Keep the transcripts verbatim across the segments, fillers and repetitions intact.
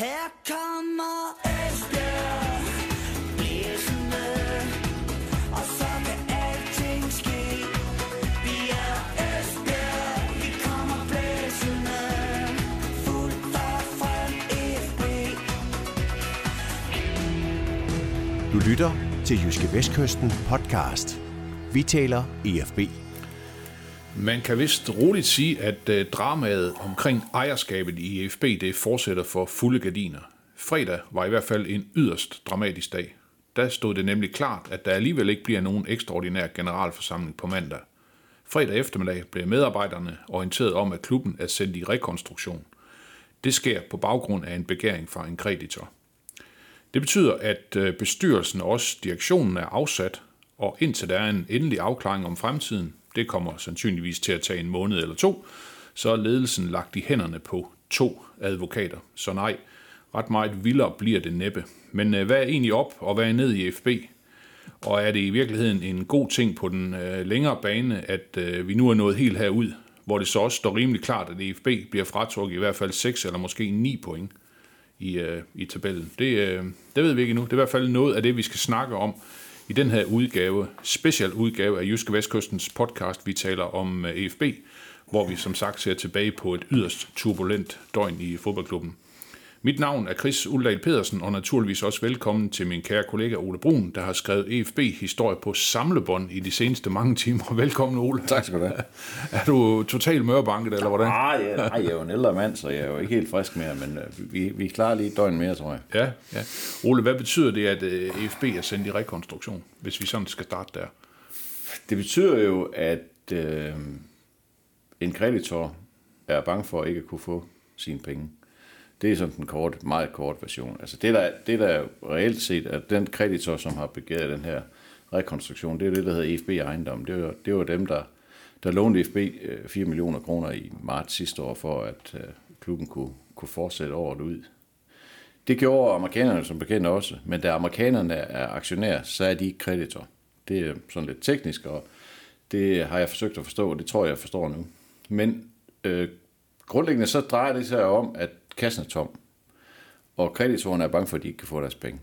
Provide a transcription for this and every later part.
Her kommer Esbjerg blæsende, og så kan alting ske. Vi er Esbjerg, vi kommer blæsende, fuldt og frem F B. Du lytter til Jyske Vestkysten podcast. Vi taler E F B. Man kan vist roligt sige, at uh, dramaet omkring ejerskabet i E F B det fortsætter for fulde gardiner. Fredag var i hvert fald en yderst dramatisk dag. Der stod det nemlig klart, at der alligevel ikke bliver nogen ekstraordinær generalforsamling på mandag. Fredag eftermiddag blev medarbejderne orienteret om, at klubben er sendt i rekonstruktion. Det sker på baggrund af en begæring fra en kreditor. Det betyder, at uh, bestyrelsen og også direktionen er afsat, og indtil der er en endelig afklaring om fremtiden, det kommer sandsynligvis til at tage en måned eller to, så er ledelsen lagt i hænderne på to advokater. Så nej, ret meget vildere bliver det næppe. Men øh, hvad er egentlig op, og hvad er ned i E F B? Og er det i virkeligheden en god ting på den øh, længere bane, at øh, vi nu er nået helt herud, hvor det så også står rimelig klart, at E F B bliver fratrukket i hvert fald seks eller måske ni point i, øh, i tabellen. Det, øh, det ved vi ikke endnu. Det er i hvert fald noget af det, vi skal snakke om i den her udgave, special udgave af Jyske Vestkystens podcast. Vi taler om E F B, hvor vi som sagt ser tilbage på et yderst turbulent døgn i fodboldklubben. Mit navn er Chris Uldal Pedersen, og naturligvis også velkommen til min kære kollega Ole Brun, der har skrevet E F B-historie på samlebånd i de seneste mange timer. Velkommen, Ole. Tak skal du have. Er du totalt mørbanket, eller hvordan? Nej, jeg, nej, jeg er jo en ældre mand, så jeg er jo ikke helt frisk mere, men uh, vi, vi klarer lige et døgn mere, tror jeg. Ja, ja. Ole, hvad betyder det, at uh, E F B er sendt i rekonstruktion, hvis vi sådan skal starte der? Det betyder jo, at uh, en kreditor er bange for at ikke at kunne få sine penge. Det er sådan den kort, meget kort version. Altså det der, det der reelt set, at den kreditor, som har begæret den her rekonstruktion, det er det, der hedder E F B Ejendom. Det var, det var dem, der, der lånte E F B fire millioner kroner i marts sidste år, for at uh, klubben kunne, kunne fortsætte året ud. Det gjorde amerikanerne som bekendt også, men da amerikanerne er aktionærer, så er de ikke kreditor. Det er sådan lidt teknisk, og det har jeg forsøgt at forstå, og det tror jeg, jeg forstår nu. Men øh, grundlæggende så drejer det sig om, at kassen er tom, og kreditorerne er bange for, at de ikke kan få deres penge.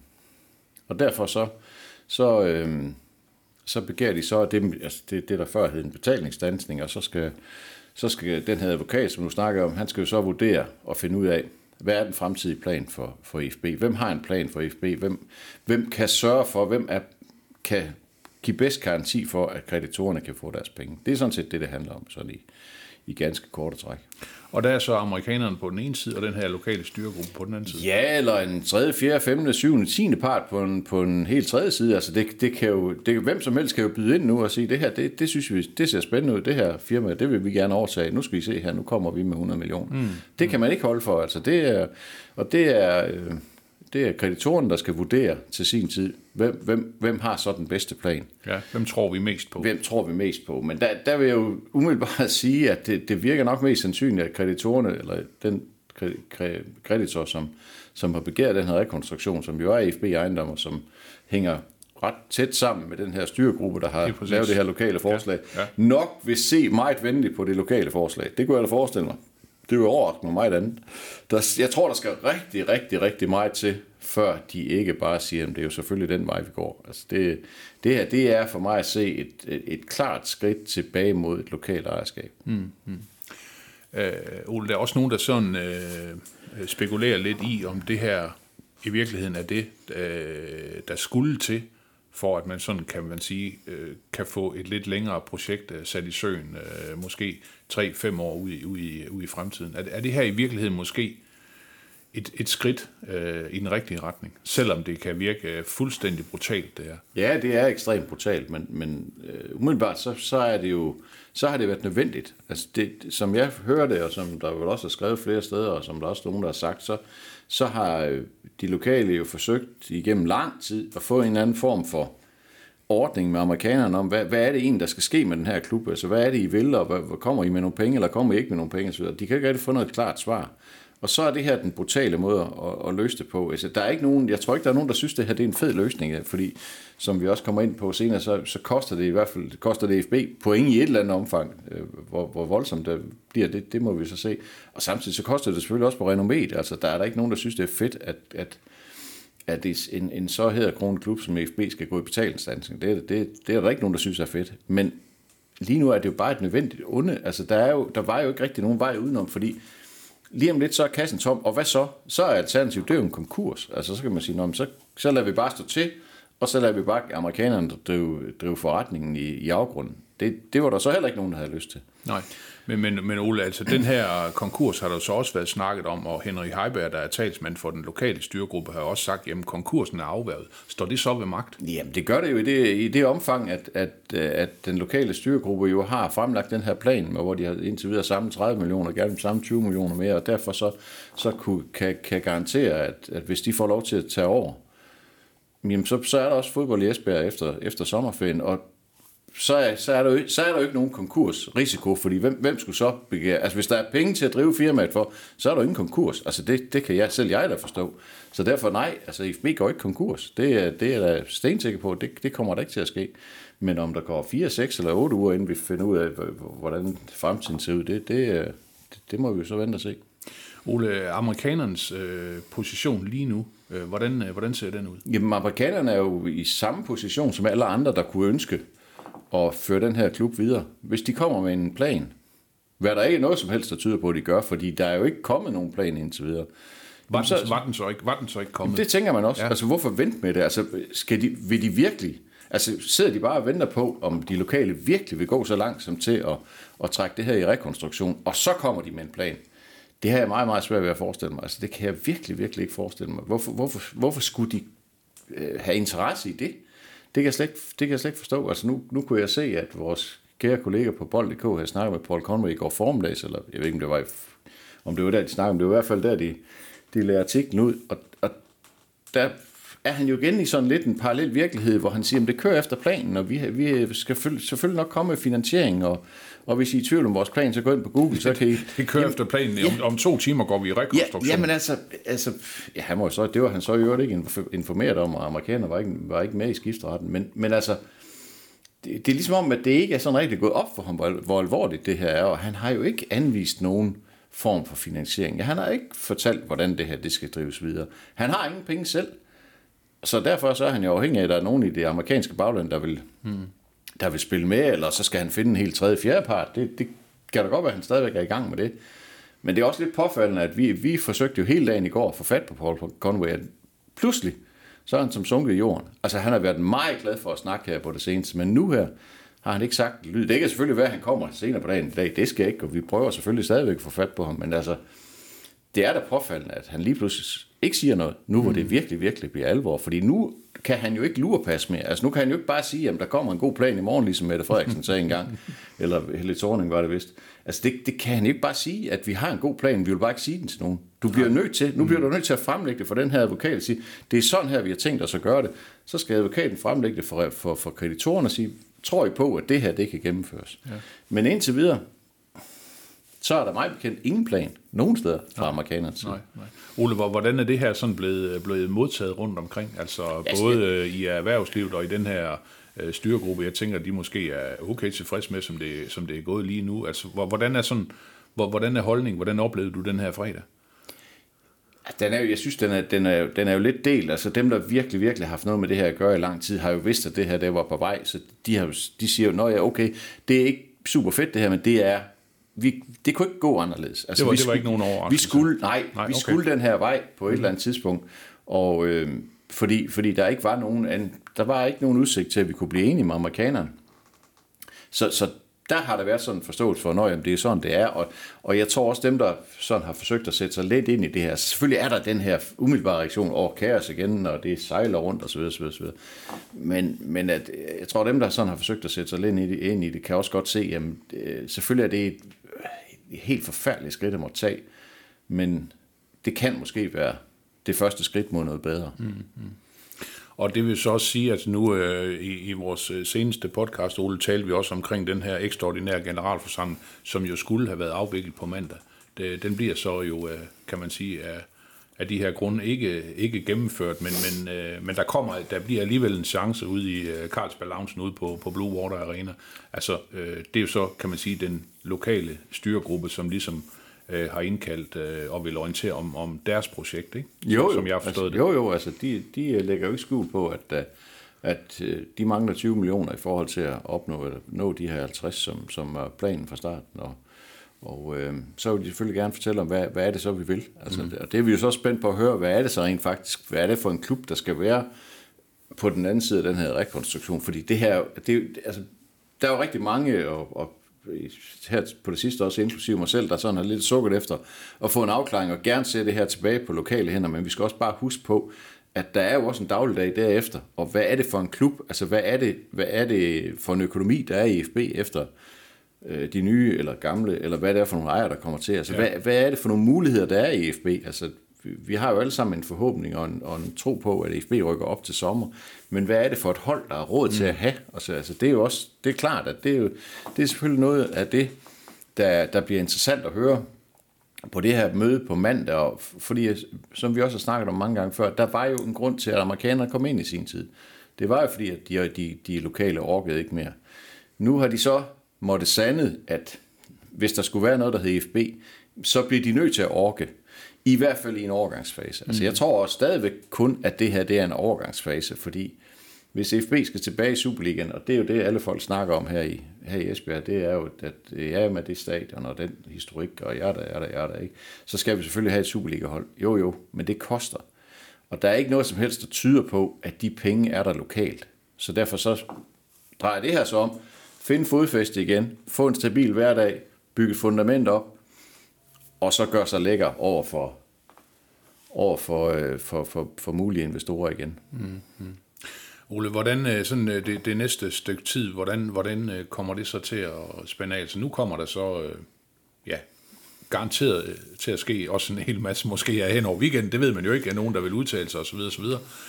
Og derfor så, så, øh, så begærer de så det, altså det, det der før hed en betalingsstandsning, og så skal, så skal den her advokat, som du snakker om, han skal jo så vurdere og finde ud af, hvad er den fremtidige plan for, for E F B? Hvem har en plan for E F B? Hvem, hvem kan sørge for, hvem er, kan give bedst garanti for, at kreditorerne kan få deres penge? Det er sådan set det, det handler om, sådan i, i ganske korte træk. Og der er så amerikanerne på den ene side, og den her lokale styregruppe på den anden side. Ja, eller en tredje, fjerde, femte, syvende, tiende part på en, på en helt tredje side. Altså det, det kan jo, det, hvem som helst kan jo byde ind nu og sige, det her, det, det synes vi, det ser spændende ud, det her firma, det vil vi gerne overtage. Nu skal I se her, nu kommer vi med hundrede millioner. Mm. Det kan man ikke holde for, altså det er, og det er, det er kreditoren, der skal vurdere til sin tid, hvem, hvem, hvem har så den bedste plan. Ja, hvem tror vi mest på? Hvem tror vi mest på? Men der, der vil jeg jo umiddelbart sige, at det, det virker nok mest sandsynligt, at kreditorerne, eller den kreditor, som, som har begæret den her rekonstruktion, som jo er E F B Ejendom, som hænger ret tæt sammen med den her styregruppe, der har det lavet det her lokale forslag, ja, ja. nok vil se meget venligt på det lokale forslag. Det kunne jeg da forestille mig. Det er jo overraskende med meget andet. Der, jeg tror, der skal rigtig, rigtig, rigtig meget til, før de ikke bare siger, at det er jo selvfølgelig den vej, vi går. Altså det, det her, det er for mig at se et, et, et klart skridt tilbage mod et lokalt ejerskab. Mm, mm. Øh, Ole, der er også nogen, der sådan øh, spekulerer lidt i, om det her i virkeligheden er det, øh, der skulle til, for at man sådan, kan man sige, øh, kan få et lidt længere projekt øh, sat i søen, øh, måske tre-fem år ude i, ude i, ude i fremtiden. Er, er det her i virkeligheden måske et, et skridt øh, i den rigtige retning, selvom det kan virke øh, fuldstændig brutalt, det er? Ja, det er ekstremt brutalt, men, men øh, umiddelbart så, så er det jo, så har det været nødvendigt. Altså det, som jeg hører det, og som der vel også er skrevet flere steder, og som der også er nogen, der har sagt, så, så har de lokale jo forsøgt igennem lang tid at få en eller anden form for ordning med amerikanerne om, hvad, hvad er det egentlig, der skal ske med den her klub? Altså, hvad er det, I vil, og hvad, hvad kommer I med nogle penge, eller kommer I ikke med nogle penge? Så de kan ikke rigtig få noget klart svar. Og så er det her den brutale måde at, at løse det på. Altså, der er ikke nogen, jeg tror ikke, der er nogen, der synes, det her det er en fed løsning, fordi som vi også kommer ind på senere, så, så koster det i hvert fald, det koster det F B point i et eller andet omfang, hvor, hvor voldsomt det bliver, det, det må vi så se. Og samtidig så koster det selvfølgelig også på renomméet. Altså, der er der ikke nogen, der synes, det er fedt, at, at, at en, en så hæderkronet klub som F B skal gå i betalingsstandsning. Det, det, det er der ikke nogen, der synes er fedt. Men lige nu er det jo bare et nødvendigt onde. Altså, der, er jo, der var jo ikke rigtig nogen vej udenom, fordi lige om lidt, så er kassen tom, og hvad så? Så er alternativet, det er jo en konkurs. Altså, så kan man sige, nå, så, så lader vi bare stå til, og så lader vi bare amerikanerne drive, drive forretningen i, i afgrunden. Det, det var der så heller ikke nogen, der havde lyst til. Nej, men, men, men Ole, altså den her konkurs har der så også været snakket om, og Henrik Heiberg, der er talsmand for den lokale styregruppe, har også sagt, jamen konkursen er afværget. Står det så ved magt? Jamen, det gør det jo i det, i det omfang, at, at, at den lokale styregruppe jo har fremlagt den her plan, hvor de har indtil videre samlet tredive millioner, og gerne samme tyve millioner mere, og derfor så, så kunne, kan, kan garantere, at, at hvis de får lov til at tage over, jamen så, så er der også fodbold i Esbjerg efter, efter sommerferien, og så er, så, er der jo, så er der jo ikke nogen konkursrisiko, fordi hvem, hvem skulle så begære? Altså hvis der er penge til at drive firmaet for, så er der jo ingen konkurs. Altså det, det kan jeg selv jeg da forstå. Så derfor nej, altså F B går ikke konkurs. Det er, det er jeg stensikker på, det, det kommer der ikke til at ske. Men om der går fire, seks eller otte uger, inden vi finder ud af, hvordan fremtiden ser ud, det, det, det, det må vi jo så vente og se. Ole, amerikanernes øh, position lige nu, øh, hvordan, øh, hvordan ser den ud? Jamen amerikanerne er jo i samme position som alle andre, der kunne ønske og føre den her klub videre. Hvis de kommer med en plan, hvad der ikke er noget som helst, der tyder på, at de gør, fordi der er jo ikke kommet nogen plan indtil videre. Var den, så, var den, så, ikke, var den så ikke kommet? Det tænker man også. Ja. Altså, hvorfor vente med det? Altså, skal de, vil de virkelig... Altså, sidder de bare og venter på, om de lokale virkelig vil gå så langt som til at, at trække det her i rekonstruktion, og så kommer de med en plan. Det har jeg meget, meget svært ved at forestille mig. Altså, det kan jeg virkelig, virkelig ikke forestille mig. Hvorfor, hvorfor, hvorfor skulle de øh, have interesse i det? Det kan jeg slet ikke, det kan jeg slet ikke forstå. Altså nu, nu kunne jeg se, at vores kære kollega på bold punktum d k havde snakket med Paul Conway i går formiddags, eller jeg ved ikke, om det var, om det var der, de snakkede om. Det var i hvert fald der, de, de lagde artiklen ud. Og, og der er han jo igen i sådan lidt en parallel virkelighed, hvor han siger, at det kører efter planen, og vi, vi skal selvfølgelig nok komme med finansiering, og, og hvis I er i tvivl om vores plan, så gå ind på Google, så kan I... Det kører jamen, efter planen. Om, ja, om to timer går vi i rekonstruktion. Ja, jamen altså, altså ja, han må så, det var han så i øvrigt ikke informeret om, og amerikanerne var ikke, var ikke med i skifteretten, men, men altså, det, det er ligesom om, at det ikke er sådan rigtig gået op for ham, hvor, hvor alvorligt det her er, og han har jo ikke anvist nogen form for finansiering. Ja, han har ikke fortalt, hvordan det her det skal drives videre. Han har ingen penge selv, så derfor så er han jo afhængig af, at der er nogen i det amerikanske bagland, der vil, hmm. der vil spille med, eller så skal han finde en helt tredje, fjerde part. Det, det kan da godt være, at han stadigvæk er i gang med det. Men det er også lidt påfaldende, at vi, vi forsøgte jo hele dagen i går at få fat på Paul Conway, at pludselig så er han som sunket i jorden. Altså han har været meget glad for at snakke her på det seneste, men nu her har han ikke sagt lyd. Det kan selvfølgelig være, at han kommer senere på dagen i dag. Det skal ikke, og vi prøver selvfølgelig stadigvæk at få fat på ham, men altså, det er da påfaldende, at han lige pludselig ikke siger noget, nu hvor det virkelig, virkelig bliver alvor. Fordi nu kan han jo ikke lurepasse mere. Altså nu kan han jo ikke bare sige, at der kommer en god plan i morgen, ligesom Mette Frederiksen sagde engang. Eller Helle Thorning var det vist. Altså det, det kan han jo ikke bare sige, at vi har en god plan, vi vil bare ikke sige den til nogen. Du bliver nødt til, nu bliver du nødt til at fremlægge det for den her advokat og sige, det er sådan her, vi har tænkt os at gøre det. Så skal advokaten fremlægge det for, for, for kreditorerne og sige, tror I på, at det her, det kan gennemføres. Ja. Men indtil videre, så er der meget bekendt ingen plan nogen steder fra amerikanerne side. Nej, nej. Ole, hvordan er det her sådan blevet, blevet modtaget rundt omkring? Altså både i erhvervslivet og i den her øh, styregruppe. Jeg tænker, at de måske er okay tilfreds med, som det, som det er gået lige nu. Altså, hvordan er, sådan, hvordan er holdningen? Hvordan oplevede du den her fredag? Den er jo, jeg synes, den er, den, er, den er jo lidt delt. Altså dem, der virkelig, virkelig har haft noget med det her at gøre i lang tid, har jo vidst, at det her det var på vej. Så de, har, de siger jo, nå ja, okay, det er ikke super fedt det her, men det er Vi, det kunne ikke gå anderledes. Altså, det var, vi det var skulle, ikke nogen overraskelse. Vi skulle, nej, nej vi okay. skulle den her vej på et mm. eller andet tidspunkt, og øh, fordi, fordi der ikke var nogen, der var ikke nogen udsigt til, at vi kunne blive enige med amerikanerne. Så, så der har der været sådan en forståelse for, at det er sådan, det er, og, og jeg tror også, dem, der sådan har forsøgt at sætte sig lidt ind i det her, selvfølgelig er der den her umiddelbare reaktion over kaos igen, og det sejler rundt, osv. osv., osv. Men, men at, jeg tror, dem, der sådan har forsøgt at sætte sig lidt ind i det, ind i det kan også godt se, jamen, selvfølgelig er det et helt forfærdeligt skridt at måtte tage, men det kan måske være det første skridt mod noget bedre. Mm, mm. Og det vil så også sige, at nu øh, i, i vores seneste podcast, Ole, talte vi også omkring den her ekstraordinære generalforsamling, som jo skulle have været afviklet på mandag. det, den bliver så jo, kan man sige, af, af de her grunde ikke, ikke gennemført, men, men, men der kommer, der bliver alligevel en chance ude i Carlsberg Loungen ude på, på Blue Water Arena. Altså, det er jo så, kan man sige, den lokale styregruppe, som ligesom øh, har indkaldt øh, og vil orientere om, om deres projekt, ikke? Jo, jo, som jeg har forstået altså, det. Jo, jo, altså de, de lægger jo ikke skjul på, at, at de mangler tyve millioner i forhold til at opnå eller nå de her halvtreds, som, som er planen fra starten. Og, og øh, så vil de selvfølgelig gerne fortælle om, hvad, hvad er det så, vi vil. Altså, mm. Og det er vi jo så spændt på at høre, hvad er det så rent faktisk, hvad er det for en klub, der skal være på den anden side af den her rekonstruktion. Fordi det her, det, altså, der er jo rigtig mange, og, og her på det sidste også, inklusive mig selv, der sådan har lidt sukket efter at få en afklaring og gerne se det her tilbage på lokale hænder, men vi skal også bare huske på, at der er jo også en dagligdag derefter, og hvad er det for en klub, altså hvad er det, hvad er det for en økonomi, der er i E F B efter øh, de nye eller gamle, eller hvad det er for nogle ejere, der kommer til, altså ja. hvad, hvad er det for nogle muligheder, der er i E F B, altså vi har jo alle sammen en forhåbning og en, og en tro på, at E F B rykker op til sommer. Men hvad er det for et hold, der er råd til at have? Altså, altså det er jo også, det er klart, at det er, jo, det er selvfølgelig noget af det, der, der bliver interessant at høre på det her møde på mandag. Og fordi, som vi også har snakket om mange gange før, der var jo en grund til, at amerikanerne kom ind i sin tid. Det var jo fordi, at de, de, de lokale orkede ikke mere. Nu har de så måttet sande, at hvis der skulle være noget, der hed E F B, så bliver de nødt til at orke. I hvert fald i en overgangsfase. Altså, jeg tror også stadigvæk kun, at det her det er en overgangsfase, fordi hvis E F B skal tilbage i Superligaen, og det er jo det, alle folk snakker om her i, her i Esbjerg, det er jo, at det er med det stadion og den historik, og jeg der, jeg der, jeg der, ikke? Så skal vi selvfølgelig have et Superliga-hold. Jo, jo, men det koster. Og der er ikke noget som helst, der tyder på, at de penge er der lokalt. Så derfor så drejer det her så om, finde fodfæste igen, få en stabil hverdag, bygge et fundament op, og så gør sig lækker over for, over for, øh, for, for, for mulige investorer igen. Mm-hmm. Ole, hvordan sådan, det, det næste stykke tid, hvordan, hvordan kommer det så til at spænde af? Så nu kommer der så, øh, ja, garanteret til at ske også en hel masse, måske er hen over weekenden, det ved man jo ikke, er nogen, der vil udtale sig osv. osv.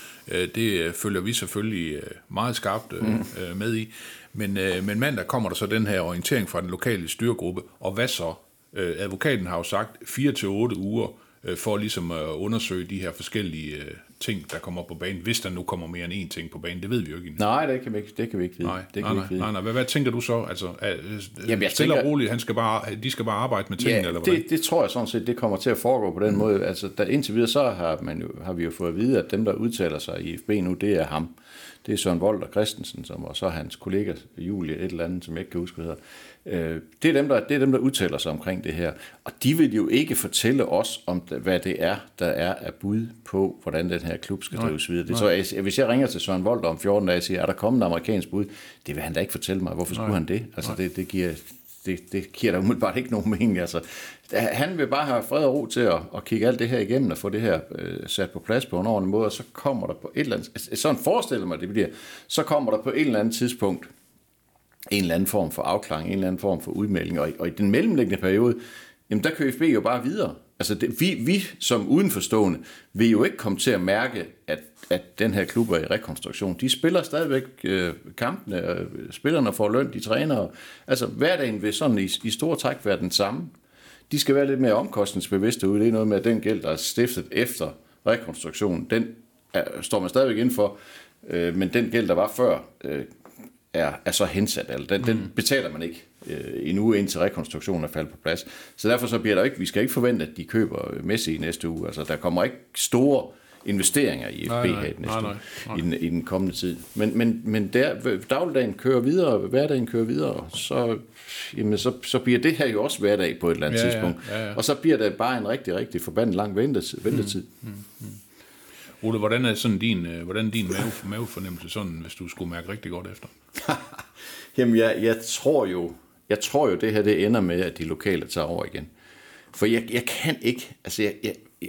Det følger vi selvfølgelig meget skarpt mm. med i. Men, men mandag kommer der så den her orientering fra den lokale styregruppe, og hvad så? Advokaten har jo sagt fire til otte uger for ligesom at undersøge de her forskellige ting, der kommer på banen, hvis der nu kommer mere end én ting på banen. Det ved vi jo ikke endnu. Nej, det kan vi ikke, det kan vi ikke vide. Nej, det kan nej, vi ikke vide. nej, nej. Hvad, hvad tænker du så? Altså, Jamen, jeg stille tænker, og roligt, han skal bare, de skal bare arbejde med tingene, ja, eller hvad? Det, det tror jeg sådan set, det kommer til at foregå på den mm. måde. Altså, der, indtil videre, så har, man jo, har vi jo fået at vide, at dem, der udtaler sig i E F B nu, det er ham. Det er Søren Volter Christensen, som, og så hans kollega Julie, et eller andet, som jeg ikke kan huske, hvad hedder. Det er, dem, der, det er dem, der udtaler sig omkring det her. Og de vil jo ikke fortælle os, om hvad det er, der er af bud på, hvordan den her klub skal drives videre. Det, så jeg, hvis jeg ringer til Søren Volter om fjorten dage og siger, er der kommet en amerikansk bud? Det vil han da ikke fortælle mig. Hvorfor skulle Nej. han det? Altså, det, det, giver, det, det giver da umiddelbart ikke nogen mening. Altså, han vil bare have fred og ro til at, at kigge alt det her igennem og få det her øh, sat på plads på en ordentlig måde, og så kommer der på et eller andet... Sådan forestiller mig, det bliver. Så kommer der på et eller andet tidspunkt en eller anden form for afklaring, en eller anden form for udmelding, og i, og i den mellemliggende periode, jamen der kan E F B jo bare videre. Altså det, vi, vi som udenforstående vil jo ikke komme til at mærke, at, at den her klub er i rekonstruktion. De spiller stadigvæk øh, kampene, øh, spillerne får løn, de træner. Altså hverdagen vil sådan i, i store træk være den samme. De skal være lidt mere omkostningsbevidste ude. Det er noget med, at den gæld, der er stiftet efter rekonstruktionen, den er, står man stadigvæk inden for, øh, men den gæld, der var før, øh, Er, er så hensat, eller den, mm. den betaler man ikke øh, endnu, indtil rekonstruktionen er faldet på plads. Så derfor så bliver der ikke, vi skal ikke forvente, at de køber Messi i næste uge. Altså der kommer ikke store investeringer i E F B nej, nej, her i, næste nej, nej, nej. I, den, i den kommende tid. Men, men, men der, dagligdagen kører videre, hverdagen kører videre, så, jamen, så, så bliver det her jo også hverdag på et eller andet ja, tidspunkt. Ja, ja, ja. Og så bliver det bare en rigtig, rigtig forbandet lang ventetid. ventetid. Mm, mm, mm. Ole, hvordan er sådan din, hvordan er din mave, mavefornemmelse sådan, hvis du skulle mærke rigtig godt efter? Jamen, jeg, jeg tror jo, jeg tror jo, det her det ender med, at de lokale tager over igen. For jeg, jeg kan ikke, altså jeg, jeg, jeg,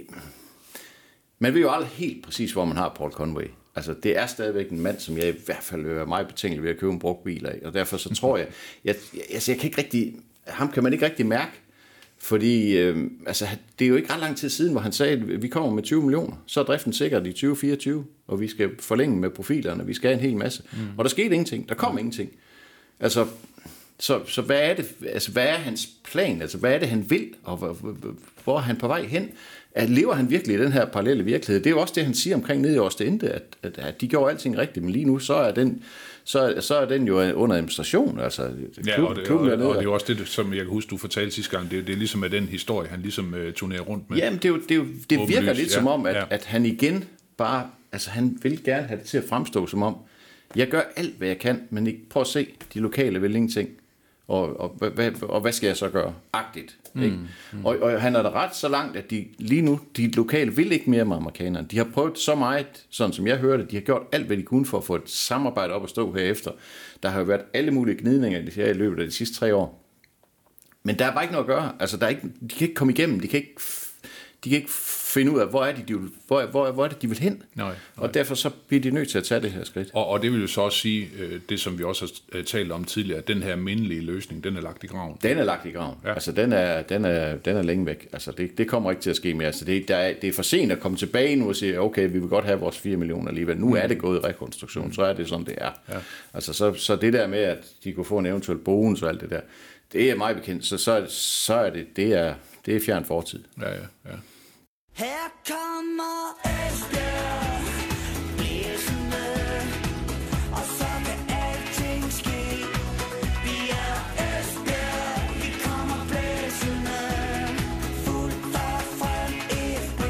man ved jo aldrig helt præcis, hvor man har Paul Conway. Altså, det er stadigvæk en mand, som jeg i hvert fald vil være meget betænkelig ved at købe en brugt bil af, og derfor så tror jeg, jeg, jeg, altså jeg kan ikke rigtig, ham kan man ikke rigtig mærke. Fordi øh, altså, det er jo ikke ret lang tid siden, hvor han sagde, at vi kommer med tyve millioner, så er driften sikkert i tyve fireogtyve, og vi skal forlænge med profilerne, vi skal have en hel masse. Mm. Og der skete ingenting, der kom mm. ingenting. Altså, Så, så hvad er det, altså hvad er hans plan, altså hvad er det, han vil, og hvor, hvor er han på vej hen? At lever han virkelig i den her parallelle virkelighed? Det er jo også det, han siger omkring nede i Osterende, at, at, at de gjorde alting rigtigt, men lige nu, så er den, så, så er den jo under administration. Altså, klub, ja, og det, klubben og, og det er jo også det, som jeg kan huske, du fortalte sidste gang, det, det er ligesom med den historie, han ligesom uh, turnerer rundt med. Jamen, det, er jo, det, er jo, det virker Åbenlyst, lidt ja, som om, at, ja. at han igen bare, altså han vil gerne have det til at fremstå som om, jeg gør alt, hvad jeg kan, men prøv at se, de lokale vil ingenting. Og, og, og, og hvad skal jeg så gøre? Agtigt. Ikke? Mm, mm. Og, og han er da ret så langt, at de lige nu, de lokale vil ikke mere med amerikanerne. De har prøvet så meget, sådan som jeg hørte, de har gjort alt, hvad de kunne for at få et samarbejde op at stå herefter. Der har jo været alle mulige gnidninger i løbet af de sidste tre år. Men der er bare ikke noget at gøre. Altså, der er ikke, de kan ikke komme igennem. De kan ikke, de kan ikke finde ud af, hvor er, det, de vil, hvor, hvor, hvor er det, de vil hen. Nej, nej. Og derfor så bliver de nødt til at tage det her skridt. Og, og det vil jo så også sige, det som vi også har talt om tidligere, at den her mindelige løsning, den er lagt i graven. Den er lagt i graven. Ja. Altså, den er, den, er, den er længe væk. Altså, det, det kommer ikke til at ske mere. Altså, det, der er, det er for sent at komme tilbage nu og sige, okay, vi vil godt have vores fire millioner alligevel. Nu mm. er det gået i rekonstruktion, mm. så er det sådan, det er. Ja. Altså, så, så det der med, at de kunne få en eventuel bonus og alt det der, det er meget bekendt. Så, så, så er det, det er, det er fjern fortid. Ja, ja, ja. Her kommer Esbjerg blæsende, og så kan alting ske. Vi er Esbjerg, vi kommer blæsende, fuldt og frem F B.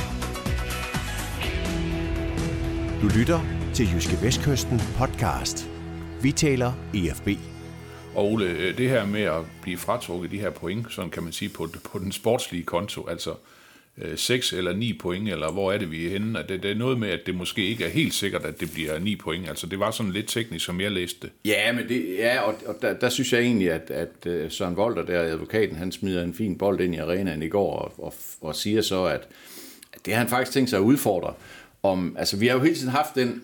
Du lytter til Jyske Vestkysten podcast. Vi taler E F B. Og Ole, det her med at blive fratrukket de her point, sådan kan man sige, på, på den sportslige konto, altså seks eller ni point, eller hvor er det, vi er henne? Det, det er noget med, at det måske ikke er helt sikkert, at det bliver ni point. Altså, det var sådan lidt teknisk, som jeg læste det. Ja, men det, ja, og, og der, der synes jeg egentlig, at, at Søren Volter, der advokaten, han smider en fin bold ind i arenaen i går, og, og, og siger så, at, at det har han faktisk tænkt sig at udfordre. Om, altså, vi har jo hele tiden haft den,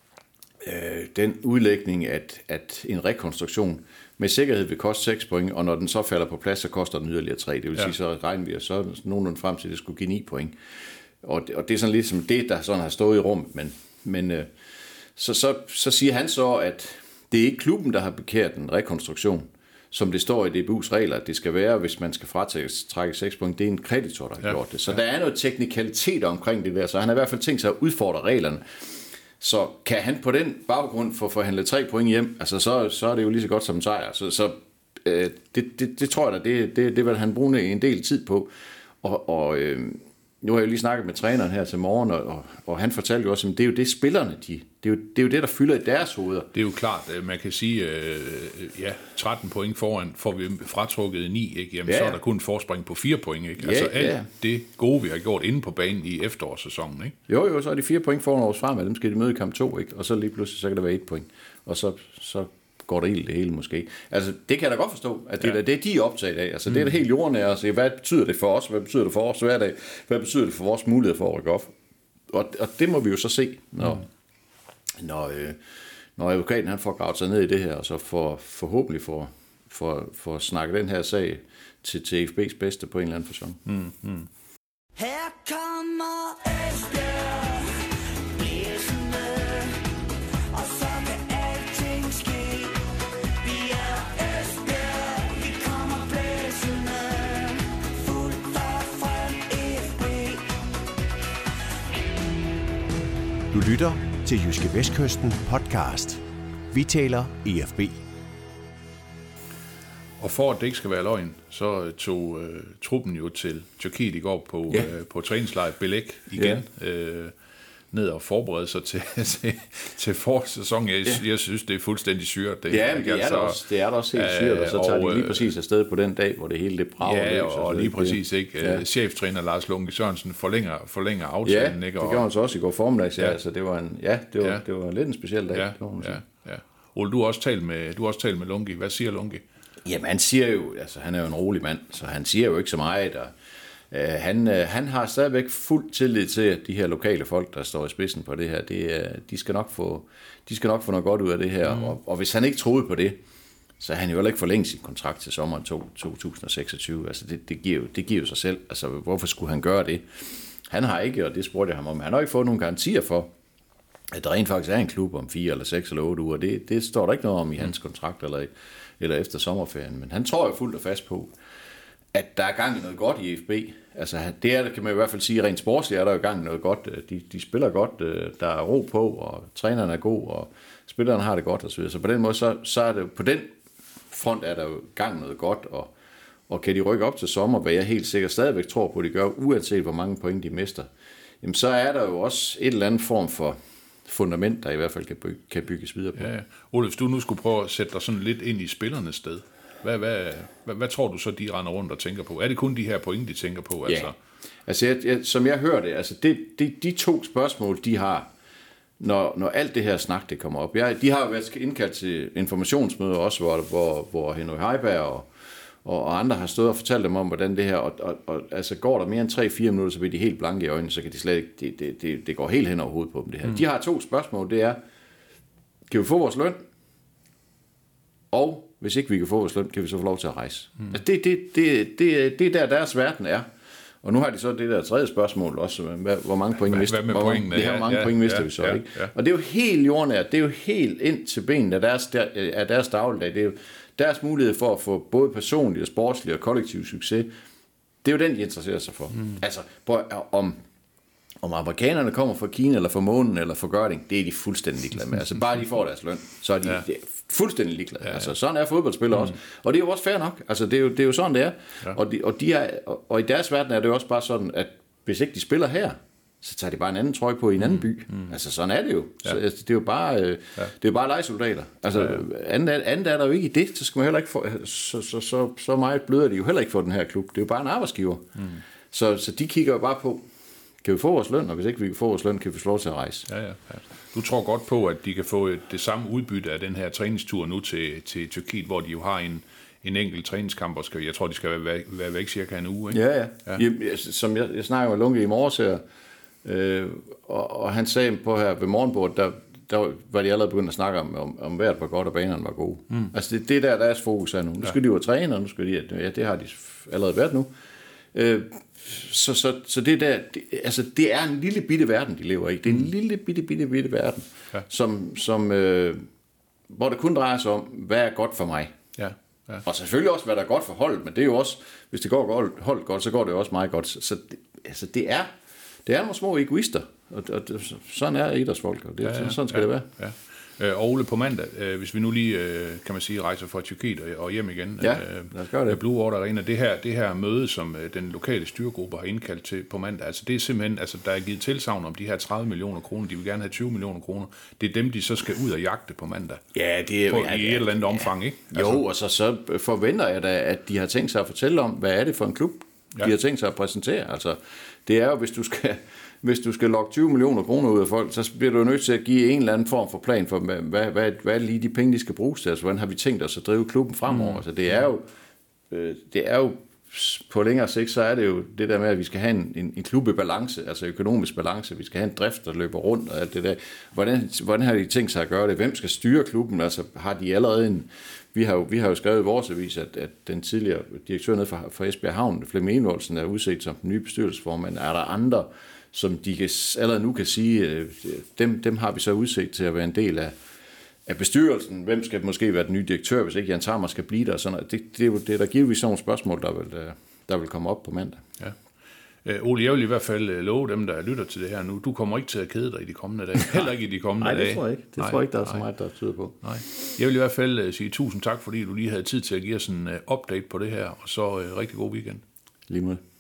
øh, den udlægning, at, at en rekonstruktion med sikkerhed vil koste seks point, og når den så falder på plads, så koster den yderligere tre. Det vil ja. sige, så regner vi, og så nogenlunde frem til, at det skulle give ni point. Og det, og det er sådan lidt som det, der sådan har stået i rummet. Men, men øh, så, så, så siger han så, at det er ikke klubben, der har bekæret en rekonstruktion, som det står i D B U's regler, at det skal være, hvis man skal fratrække seks point. Det er en kreditor, der har ja. gjort det. Så ja. der er noget teknikalitet omkring det der, så han har i hvert fald tænkt sig at udfordre reglerne. Så kan han på den baggrund få forhandlet tre point hjem, altså så, så er det jo lige så godt som en sejr. Så, så øh, det, det, det tror jeg da, det, det, det vil han bruge en del tid på. Og, og øh, nu har jeg jo lige snakket med træneren her til morgen, og, og, og han fortalte jo også, at det er jo det spillerne, de, det, er jo, det er jo det, der fylder i deres hoveder. Det er jo klart, man kan sige, øh, ja, tretten point foran, får vi fratrukket ni, ikke? Jamen, ja. så er der kun en forspring på fire point, ikke? Ja, altså alt ja. det gode, vi har gjort inde på banen i efterårssæsonen, ikke? Jo, jo, så er de fire point foran vores frem, og dem skal de møde i kamp to, ikke? Og så lige pludselig, så kan der være et point. Og så, så går det helt det hele måske. Altså, det kan jeg da godt forstå, at det, ja. er, det de er optaget af. Altså, mm. det er det helt jordnære at se, hvad betyder det for os? Hvad betyder det for os hverdag? Hvad betyder det for vores mulighed for at rykke op? Og, og det må vi jo så se, når, mm. når, øh, når advokaten han får gravet sig ned i det her, og så får, forhåbentlig får, får, får snakket den her sag til, til F B's bedste på en eller anden facon. Mm. Mm. Her kommer Esbjerg blæsende, og så kan alting ske. Vi er Esbjerg, vi kommer blæsende, fuldt og frem F B. Du lytter til Jyske Vestkysten podcast. Vi taler E F B. Og for at det ikke skal være løgn, så tog øh, truppen jo til Tyrkiet i går på, ja. øh, på træningslejr Belek igen, ja. øh, ned og forberede sig til, til, til forårssæsonen. Jeg, ja. jeg synes, det er fuldstændig syret. Det, ja, men det, altså, er også, det er da også helt syret, og så tager og, de lige præcis afsted på den dag, hvor det hele det brager. Ja, og, og lige præcis, ikke? Ja. Cheftræner Lars Lunke Sørensen forlænger, forlænger aftalen. Ja, ikke? det gjorde han så også i går formiddags, ja. Altså, det var en, ja, det var, ja. det var lidt en speciel dag. Ja, ja, ja. Ole, du har også talt med, du har også talt med Lunke. Hvad siger Lunke? Jamen, han siger jo, altså han er jo en rolig mand, så han siger jo ikke så meget, og øh, han, øh, han har stadigvæk fuld tillid til, at de her lokale folk, der står i spidsen på det her, det, øh, de, skal nok få, de skal nok få noget godt ud af det her, mm. og, og hvis han ikke troede på det, så har han jo heller ikke forlænget sin kontrakt til sommeren to tusind og seksogtyve, altså det, det, giver jo, det giver jo sig selv, altså hvorfor skulle han gøre det? Han har ikke, og det spurgte jeg ham om, han har ikke fået nogen garantier for, at der rent faktisk er en klub om fire eller seks eller otte uger. Det, det står der ikke noget om i hans kontrakt eller, eller efter sommerferien. Men han tror jo fuldt og fast på, at der er gang i noget godt i F B. Altså, det er, kan man i hvert fald sige, rent sportsligt er der jo gang i noget godt. De, de spiller godt, der er ro på, og træneren er god, og spillerne har det godt osv. Så, så på den måde, så, så er det på den front er der jo gang i noget godt, og, og kan de rykke op til sommer, hvad jeg helt sikkert stadigvæk tror på, at de gør, uanset hvor mange point de mister, jamen så er der jo også et eller andet form for fundament, der i hvert fald kan, bygge, kan bygges videre på. Ja, ja. Ole, hvis du nu skulle prøve at sætte dig sådan lidt ind i spillernes sted, Hvad, hvad, hvad, hvad tror du så, de render rundt og tænker på? Er det kun de her point, de tænker på? Altså? Ja, altså jeg, jeg, som jeg hører det, altså det, det, de to spørgsmål, de har, når, når alt det her snak, det kommer op. Jeg, de har jo været indkaldt til informationsmøder også, hvor, hvor, hvor Henry Heiberg og, og, og andre har stået og fortalt dem om, hvordan det her, og, og, og altså går der mere end tre fire minutter, så bliver de helt blanke i øjnene, så kan de slet ikke, det, det, det, det går helt hen over hovedet på dem, det her. Mm. De har to spørgsmål, det er, kan vi få vores løn? Og hvis ikke vi kan få vores løn, kan vi så få lov til at rejse. Mm. Altså det, det, det, det, det er der, deres verden er. Og nu har de så det der tredje spørgsmål også, hvor mange point mister vi? Hvor ja, mange ja, point mister ja, vi så, ja, ikke? Ja. Og det er jo helt jordnært, det er jo helt ind til benet af deres, der, af deres dagligdag. Det er jo deres mulighed for at få både personlig og sportslig og kollektiv succes. Det er jo den, de interesserer sig for. Mm. Altså, om, om amerikanerne kommer fra Kina, eller fra månen, eller fra Gørding, det er de fuldstændig ligeglade med. Altså, bare de får deres løn, så er de... Ja. fuldstændig ligeglade. Ja, ja. Altså, sådan er fodboldspillere mm. også. Og det er jo også fair nok. Altså, det er jo, det er jo sådan, det er. Ja. Og, de, og, de er og, og i deres verden er det jo også bare sådan, at hvis ikke de spiller her, så tager de bare en anden trøje på i en anden by. Mm. Altså, sådan er det jo. Ja. Så, altså, det er jo bare, øh, ja. det er bare lejesoldater. Altså, ja, ja. Andet, andet er der jo ikke i det. Så skal man heller ikke få, så, så, så, så meget bløder de jo heller ikke for den her klub. Det er jo bare en arbejdsgiver. Mm. Så, så de kigger jo bare på, kan vi få vores løn, og hvis ikke vi kan få vores løn, kan vi få lov til at rejse. Ja, ja, ja. Du tror godt på, at de kan få et, det samme udbytte af den her træningstur nu til, til Tyrkiet, hvor de jo har en, en enkelt træningskamp, og skal, jeg tror, de skal være, være væk cirka en uge, ikke? Ja, ja. ja. Jamen, som jeg, jeg snakker med Lunke i morges her, øh, og, og han sagde på her ved morgenbordet, der, der var de allerede begyndt at snakke om, om, om vejret var godt, og banerne var gode. Mm. Altså, det, det der, deres fokus er nu. Nu skal ja. de jo træne, og nu skal de, ja, det har de allerede været nu. Øh, Så, så, så det der, det, altså det er en lille bitte verden, de lever i. Det er en lille bitte, bitte, bitte verden, ja. som, som, øh, hvor det kun drejer sig om, hvad er godt for mig. Ja. Ja. Og selvfølgelig også, hvad der er godt for holdet, men det er jo også, hvis det går holdet godt, så går det også meget godt. Så det, altså det er, det er nogle små egoister, og, og det, sådan er idrætsfolk, og det, ja, ja, sådan skal ja, det være. Ja. Øh, Ole, på mandag, øh, hvis vi nu lige, øh, kan man sige, rejser fra Tyrkiet og, og hjem igen, ja, lad os gøre det. Øh, Blue Water Arena, det her, det her møde, som øh, den lokale styregruppe har indkaldt til på mandag, altså det er simpelthen, altså der er givet tilsagn om de her tredive millioner kroner, de vil gerne have tyve millioner kroner, det er dem, de så skal ud og jagte på mandag. Ja, det er på, ja, i et eller andet ja, omfang, ikke? Altså, jo, og så, så forventer jeg da, at de har tænkt sig at fortælle om, hvad er det for en klub, ja. de har tænkt sig at præsentere. Altså, det er jo, hvis du skal... Hvis du skal lokke tyve millioner kroner ud af folk, så bliver du nødt til at give en eller anden form for plan for, hvad, hvad, hvad, hvad er lige de penge, de skal bruges til? Altså, hvordan har vi tænkt os at drive klubben fremover? Mm. Altså, det er jo, øh, det er jo på længere sigt, så er det jo det der med, at vi skal have en, en, en klub i balance, altså økonomisk balance. Vi skal have en drift, der løber rundt og alt det der. Hvordan, hvordan har de tænkt sig at gøre det? Hvem skal styre klubben? Altså, har de allerede en... Vi har jo, vi har jo skrevet i vores avis, at, at den tidligere direktør nede fra, fra Esbjerg Havn, Flemming Envoldsen, er udset som den nye bestyrelsesformand. Er der andre, som de kan, allerede nu kan sige, dem, dem har vi så udset til at være en del af, af bestyrelsen. Hvem skal måske være den nye direktør, hvis ikke Jan Tarmer skal blive der? Og sådan, det, det er jo det, der giver vi sådan nogle spørgsmål, der vil, der vil komme op på mandag. Ja. Øh, Ole, jeg vil i hvert fald love dem, der lytter til det her nu, du kommer ikke til at kede dig i de kommende dage. Heller ikke i de kommende dage. Nej, det tror jeg ikke. Det nej, tror jeg ikke, der er så meget, der tyder på. Nej. Jeg vil i hvert fald uh, sige tusind tak, fordi du lige havde tid til at give os en uh, update på det her, og så uh, rigtig god weekend. Lige måde.